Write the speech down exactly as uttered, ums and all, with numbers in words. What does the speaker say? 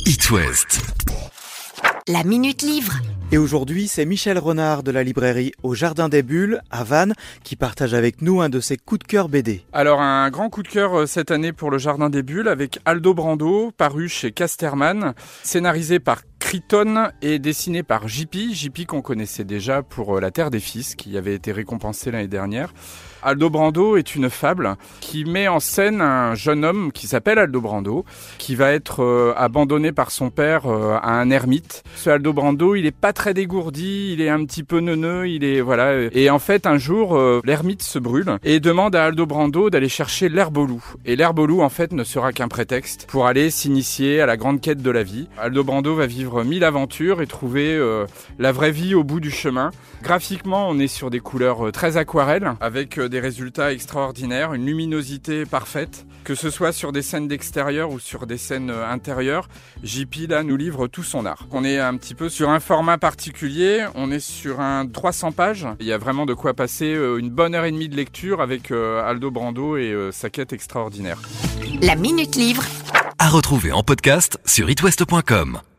It West. La Minute Livre. Et aujourd'hui, c'est Michel Renard de la librairie Au Jardin des Bulles, à Vannes, qui partage avec nous un de ses coups de cœur B D. Alors, un grand coup de cœur cette année pour Le Jardin des Bulles avec Aldo Brando, paru chez Casterman, scénarisé par Crichton et dessiné par J P, J P qu'on connaissait déjà pour La Terre des Fils, qui avait été récompensé l'année dernière. Aldo Brando est une fable qui met en scène un jeune homme qui s'appelle Aldo Brando, qui va être euh, abandonné par son père euh, à un ermite. Ce Aldo Brando, il est pas très dégourdi, il est un petit peu neuneux, il est voilà. Et en fait, un jour, euh, l'ermite se brûle et demande à Aldo Brando d'aller chercher l'herbe au loup. Et l'herbe au loup, en fait, ne sera qu'un prétexte pour aller s'initier à la grande quête de la vie. Aldo Brando va vivre mille aventures et trouver euh, la vraie vie au bout du chemin. Graphiquement, on est sur des couleurs euh, très aquarelles, avec euh, des résultats extraordinaires, une luminosité parfaite, que ce soit sur des scènes d'extérieur ou sur des scènes euh, intérieures. J P, là, nous livre tout son art. On est un petit peu sur un format particulier, on est sur un trois cents pages. Il y a vraiment de quoi passer euh, une bonne heure et demie de lecture avec euh, Aldo Brando et euh, sa quête extraordinaire. La Minute Livre. À retrouver en podcast sur it west point com.